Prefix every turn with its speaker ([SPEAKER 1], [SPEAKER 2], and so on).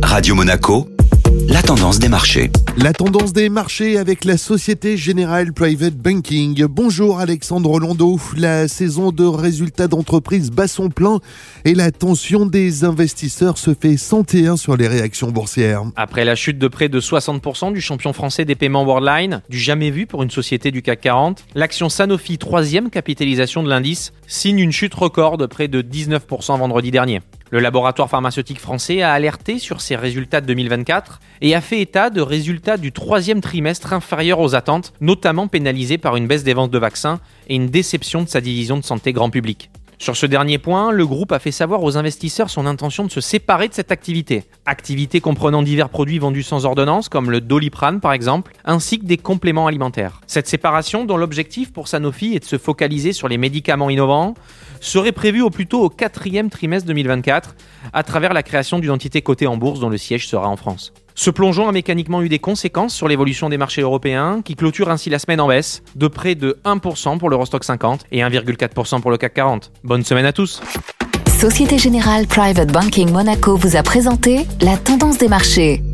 [SPEAKER 1] Radio Monaco, la tendance des marchés.
[SPEAKER 2] La tendance des marchés avec la Société Générale Private Banking. Bonjour Alexandre Landau. La saison de résultats d'entreprise bat son plein et la tension des investisseurs se fait sentir sur les réactions boursières.
[SPEAKER 3] Après la chute de près de 60% du champion français des paiements Worldline, du jamais vu pour une société du CAC 40, l'action Sanofi, troisième capitalisation de l'indice, signe une chute record de près de 19% vendredi dernier. Le laboratoire pharmaceutique français a alerté sur ses résultats de 2024 et a fait état de résultats du troisième trimestre inférieurs aux attentes, notamment pénalisés par une baisse des ventes de vaccins et une déception de sa division de santé grand public. Sur ce dernier point, le groupe a fait savoir aux investisseurs son intention de se séparer de cette activité. Activité comprenant divers produits vendus sans ordonnance, comme le Doliprane par exemple, ainsi que des compléments alimentaires. Cette séparation, dont l'objectif pour Sanofi est de se focaliser sur les médicaments innovants, serait prévue au plus tôt au quatrième trimestre 2024, à travers la création d'une entité cotée en bourse dont le siège sera en France. Ce plongeon a mécaniquement eu des conséquences sur l'évolution des marchés européens, qui clôturent ainsi la semaine en baisse, de près de 1% pour l'Eurostoxx 50 et 1,4% pour le CAC 40. Bonne semaine à tous.
[SPEAKER 4] Société Générale Private Banking Monaco vous a présenté la tendance des marchés.